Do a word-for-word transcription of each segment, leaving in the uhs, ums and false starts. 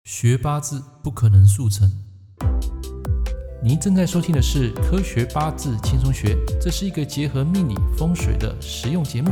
学八字不可能速成。您正在收听的是《科学八字轻松学》，这是一个结合命理风水的实用节目。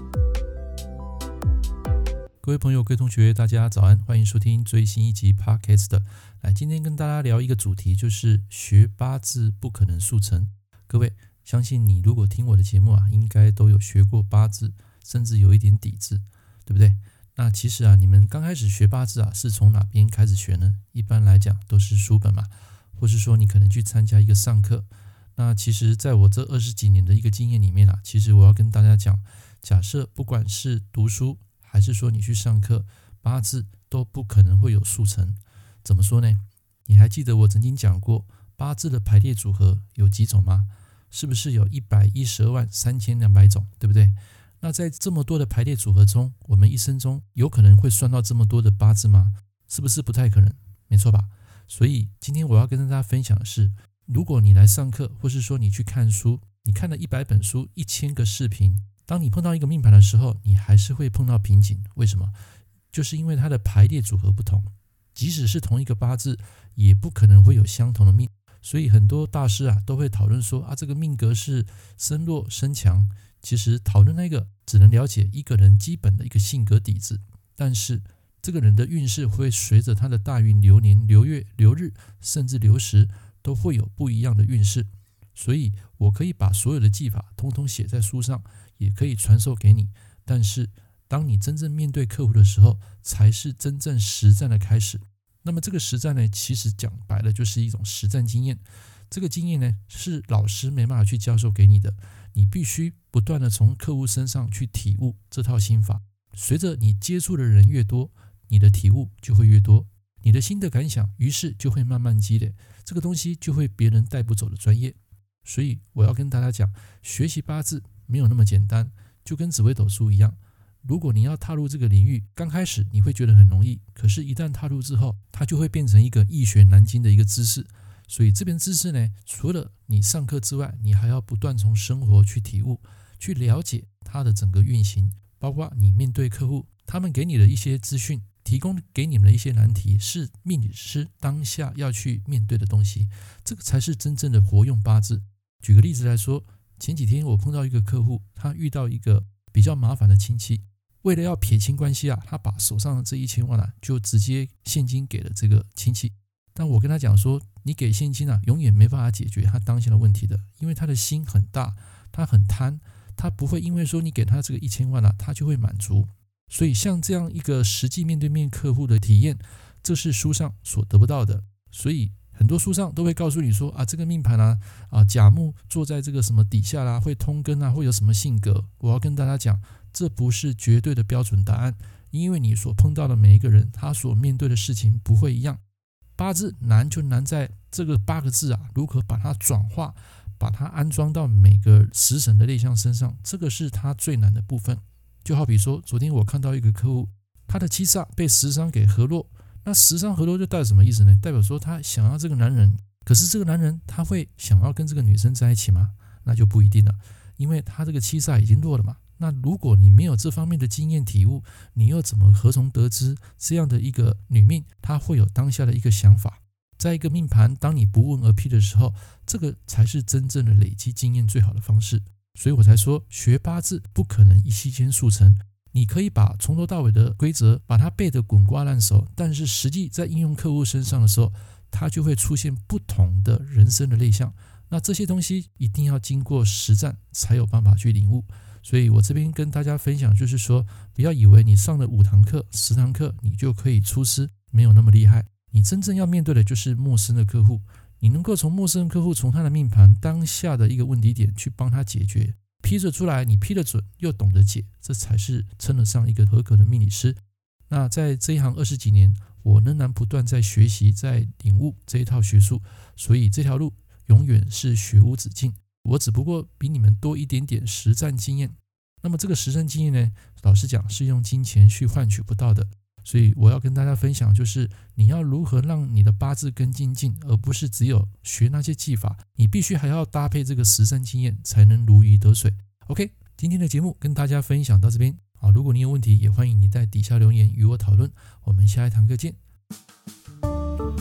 各位朋友、各位同学，大家早安，欢迎收听最新一集 Podcast。来，今天跟大家聊一个主题，就是学八字不可能速成。各位，相信你如果听我的节目啊，应该都有学过八字，甚至有一点底子，对不对？那其实啊，你们刚开始学八字啊，是从哪边开始学呢？一般来讲都是书本嘛，或是说你可能去参加一个上课。那其实在我这二十几年的一个经验里面啊，其实我要跟大家讲，假设不管是读书还是说你去上课，八字都不可能会有速成。怎么说呢？你还记得我曾经讲过八字的排列组合有几种吗？是不是有一百一十二万三千两百种，对不对？那在这么多的排列组合中，我们一生中有可能会算到这么多的八字吗？是不是不太可能？没错吧？所以今天我要跟大家分享的是，如果你来上课，或是说你去看书，你看了一百本书、一千个视频，当你碰到一个命盘的时候，你还是会碰到瓶颈。为什么？就是因为它的排列组合不同，即使是同一个八字，也不可能会有相同的命。所以很多大师啊都会讨论说啊，这个命格是身弱身强。其实讨论那个只能了解一个人基本的一个性格底子，但是这个人的运势会随着他的大运流年、流月、流日，甚至流时，都会有不一样的运势。所以我可以把所有的技法通通写在书上，也可以传授给你。但是当你真正面对客户的时候，才是真正实战的开始。那么这个实战呢，其实讲白了就是一种实战经验。这个经验呢，是老师没办法去教授给你的，你必须不断的从客户身上去体悟这套心法。随着你接触的人越多，你的体悟就会越多，你的心得感想于是就会慢慢积累，这个东西就会别人带不走的专业。所以我要跟大家讲，学习八字没有那么简单，就跟紫微斗数一样。如果你要踏入这个领域，刚开始你会觉得很容易，可是一旦踏入之后，它就会变成一个易学难精的一个知识。所以这边知识呢，除了你上课之外，你还要不断从生活去体悟，去了解它的整个运行，包括你面对客户，他们给你的一些资讯，提供给你们的一些难题，是命理师当下要去面对的东西，这个才是真正的活用八字。举个例子来说，前几天我碰到一个客户，他遇到一个比较麻烦的亲戚，为了要撇清关系啊，他把手上的这一千万啊，就直接现金给了这个亲戚。但我跟他讲说，你给现金啊，永远没办法解决他当下的问题的，因为他的心很大，他很贪，他不会因为说你给他这个一千万啊，他就会满足。所以像这样一个实际面对面客户的体验，这是书上所得不到的。所以很多书上都会告诉你说啊，这个命盘啊，啊甲木坐在这个什么底下啦，会通根啊，会有什么性格。我要跟大家讲，这不是绝对的标准答案，因为你所碰到的每一个人，他所面对的事情不会一样。八字难就难在这个八个字啊，如何把它转化，把它安装到每个食神的类象身上，这个是它最难的部分。就好比说，昨天我看到一个客户，他的七煞被食伤给合落，那食伤合落就代表什么意思呢？代表说他想要这个男人，可是这个男人他会想要跟这个女生在一起吗？那就不一定了，因为他这个七煞已经落了嘛。那如果你没有这方面的经验体悟，你又怎么何从得知这样的一个女命她会有当下的一个想法？在一个命盘，当你不问而批的时候，这个才是真正的累积经验最好的方式。所以我才说，学八字不可能一夕间速成。你可以把从头到尾的规则把它背得滚瓜烂熟，但是实际在应用客户身上的时候，它就会出现不同的人生的类象。那这些东西一定要经过实战才有办法去领悟。所以我这边跟大家分享，就是说，不要以为你上了五堂课、十堂课，你就可以出师，没有那么厉害。你真正要面对的就是陌生的客户，你能够从陌生的客户，从他的命盘当下的一个问题点去帮他解决，批着出来，你批得准又懂得解，这才是称得上一个合格的命理师。那在这一行二十几年，我仍然不断在学习，在领悟这一套学术，所以这条路永远是学无止境。我只不过比你们多一点点实战经验，那么这个实战经验呢，老实讲是用金钱去换取不到的。所以我要跟大家分享，就是你要如何让你的八字更精进，而不是只有学那些技法，你必须还要搭配这个实战经验，才能如鱼得水。 OK， 今天的节目跟大家分享到这边啊，如果你有问题，也欢迎你在底下留言与我讨论。我们下一堂课见。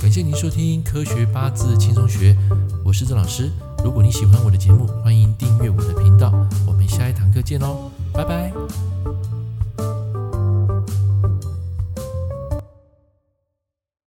感谢您收听科学八字轻松学，我是郑老师。如果你喜欢我的节目，欢迎订阅我的频道。我们下一堂课见喽，拜拜。